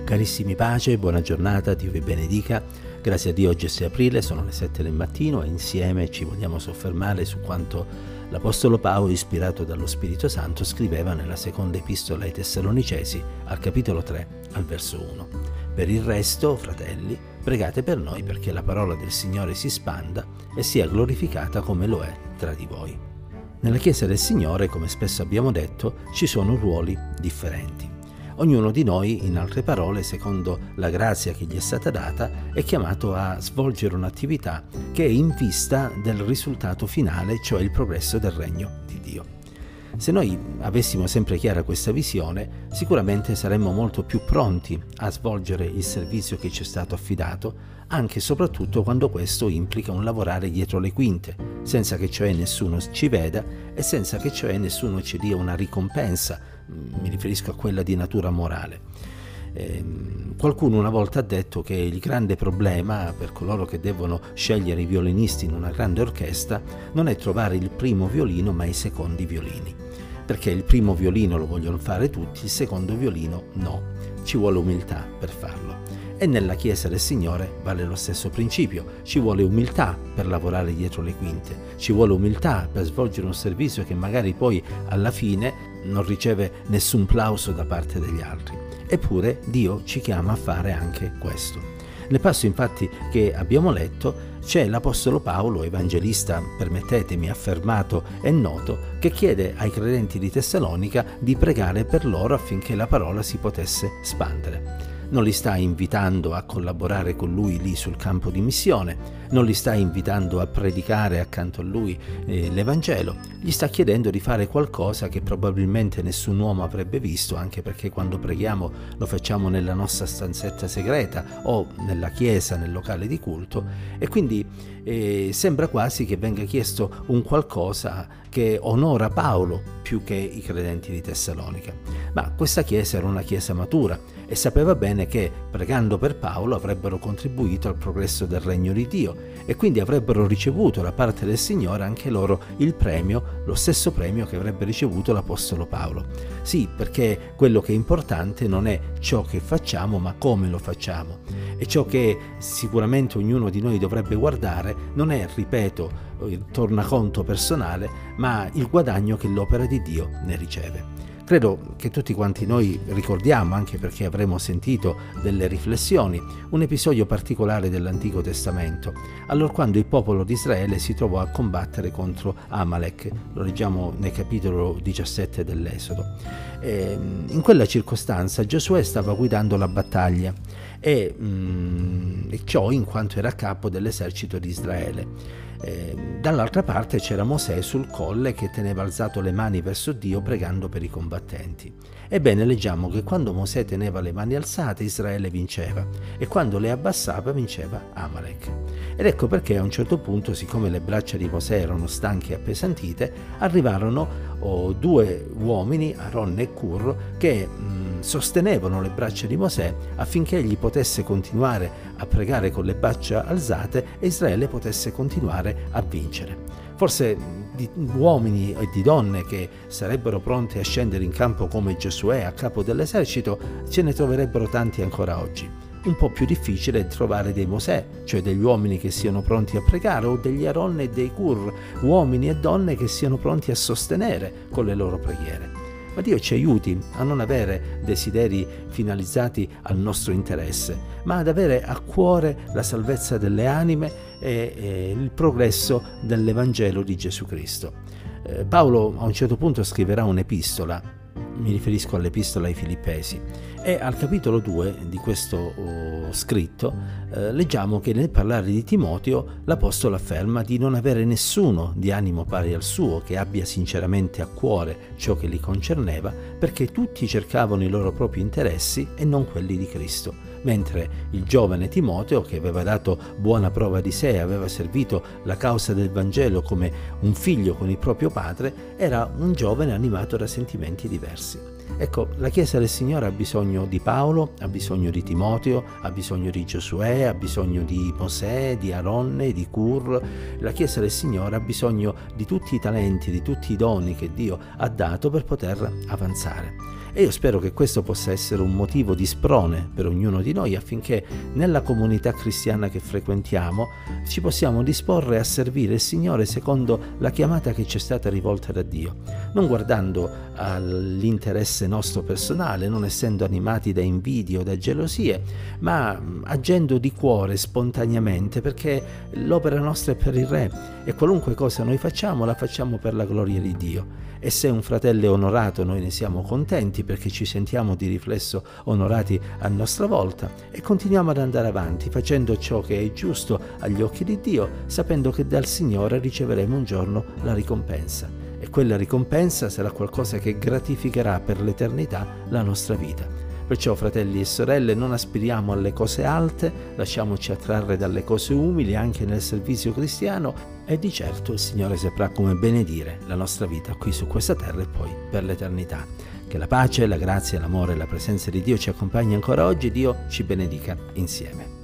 Carissimi pace, buona giornata, Dio vi benedica. Grazie a Dio oggi è 6 aprile, sono le 7 del mattino e insieme ci vogliamo soffermare su quanto l'Apostolo Paolo, ispirato dallo Spirito Santo, scriveva nella seconda epistola ai Tessalonicesi, al capitolo 3, al verso 1. Per il resto, fratelli, pregate per noi perché la parola del Signore si spanda e sia glorificata come lo è tra di voi. Nella Chiesa del Signore, come spesso abbiamo detto, ci sono ruoli differenti. Ognuno di noi, in altre parole, secondo la grazia che gli è stata data, è chiamato a svolgere un'attività che è in vista del risultato finale, cioè il progresso del regno di Dio. Se noi avessimo sempre chiara questa visione, sicuramente saremmo molto più pronti a svolgere il servizio che ci è stato affidato, anche e soprattutto quando questo implica un lavorare dietro le quinte, senza che cioè nessuno ci veda e senza che cioè nessuno ci dia una ricompensa. Mi riferisco a quella di natura morale. Qualcuno una volta ha detto che il grande problema per coloro che devono scegliere i violinisti in una grande orchestra non è trovare il primo violino ma i secondi violini, perché il primo violino lo vogliono fare tutti, il secondo violino no, ci vuole umiltà per farlo. E nella Chiesa del Signore vale lo stesso principio, ci vuole umiltà per lavorare dietro le quinte, ci vuole umiltà per svolgere un servizio che magari poi alla fine non riceve nessun plauso da parte degli altri. Eppure Dio ci chiama a fare anche questo. Nel passo infatti che abbiamo letto c'è l'Apostolo Paolo, evangelista, permettetemi, affermato e noto, che chiede ai credenti di Tessalonica di pregare per loro affinché la parola si potesse spandere. Non li sta invitando a collaborare con lui lì sul campo di missione, non li sta invitando a predicare accanto a lui l'Evangelo, gli sta chiedendo di fare qualcosa che probabilmente nessun uomo avrebbe visto, anche perché quando preghiamo lo facciamo nella nostra stanzetta segreta o nella chiesa, nel locale di culto, e quindi sembra quasi che venga chiesto un qualcosa che onora Paolo più che i credenti di Tessalonica. Ma questa chiesa era una chiesa matura e sapeva bene che pregando per Paolo avrebbero contribuito al progresso del regno di Dio e quindi avrebbero ricevuto da parte del Signore anche loro il premio, lo stesso premio che avrebbe ricevuto l'Apostolo Paolo. Sì, perché quello che è importante non è ciò che facciamo, ma come lo facciamo. E ciò che sicuramente ognuno di noi dovrebbe guardare non è, ripeto, il tornaconto personale, ma il guadagno che l'opera di Dio ne riceve. Credo che tutti quanti noi ricordiamo, anche perché avremo sentito delle riflessioni, un episodio particolare dell'Antico Testamento, allorquando il popolo di Israele si trovò a combattere contro Amalek. Lo leggiamo nel capitolo 17 dell'Esodo. In quella circostanza Giosuè stava guidando la battaglia e ciò in quanto era capo dell'esercito di Israele. Dall'altra parte c'era Mosè sul colle che teneva alzato le mani verso Dio pregando per i combattenti. Ebbene, leggiamo che quando Mosè teneva le mani alzate Israele vinceva e quando le abbassava vinceva Amalek. Ed ecco perché a un certo punto, siccome le braccia di Mosè erano stanche e appesantite, arrivarono due uomini, Aaron e Curro, che sostenevano le braccia di Mosè affinché egli potesse continuare a pregare con le braccia alzate e Israele potesse continuare a vincere. Forse di uomini e di donne che sarebbero pronti a scendere in campo come Giosuè a capo dell'esercito ce ne troverebbero tanti ancora oggi. Un po' più difficile è trovare dei Mosè, cioè degli uomini che siano pronti a pregare, o degli Aaron e dei Cur, uomini e donne che siano pronti a sostenere con le loro preghiere. Ma Dio ci aiuti a non avere desideri finalizzati al nostro interesse, ma ad avere a cuore la salvezza delle anime e il progresso dell'Evangelo di Gesù Cristo. Paolo a un certo punto scriverà un'epistola, mi riferisco all'epistola ai Filippesi, e al capitolo 2 di questo scritto leggiamo che nel parlare di Timoteo l'Apostolo afferma di non avere nessuno di animo pari al suo, che abbia sinceramente a cuore ciò che li concerneva, perché tutti cercavano i loro propri interessi e non quelli di Cristo. Mentre il giovane Timoteo, che aveva dato buona prova di sé, aveva servito la causa del Vangelo come un figlio con il proprio padre, era un giovane animato da sentimenti diversi. Ecco, la Chiesa del Signore ha bisogno di Paolo, ha bisogno di Timoteo, ha bisogno di Giosuè, ha bisogno di Mosè, di Aronne, di Cur. La Chiesa del Signore ha bisogno di tutti i talenti, di tutti i doni che Dio ha dato per poter avanzare. E io spero che questo possa essere un motivo di sprone per ognuno di noi, affinché nella comunità cristiana che frequentiamo ci possiamo disporre a servire il Signore secondo la chiamata che ci è stata rivolta da Dio, non guardando all'interesse nostro personale, non essendo animati da invidie o da gelosie, ma agendo di cuore spontaneamente, perché l'opera nostra è per il Re e qualunque cosa noi facciamo la facciamo per la gloria di Dio. E se un fratello è onorato, noi ne siamo contenti, perché ci sentiamo di riflesso onorati a nostra volta, e continuiamo ad andare avanti facendo ciò che è giusto agli occhi di Dio, sapendo che dal Signore riceveremo un giorno la ricompensa, e quella ricompensa sarà qualcosa che gratificherà per l'eternità la nostra vita. Perciò, fratelli e sorelle, non aspiriamo alle cose alte, lasciamoci attrarre dalle cose umili anche nel servizio cristiano, e di certo il Signore saprà come benedire la nostra vita qui su questa terra e poi per l'eternità. Che la pace, la grazia, l'amore e la presenza di Dio ci accompagni ancora oggi. Dio ci benedica insieme.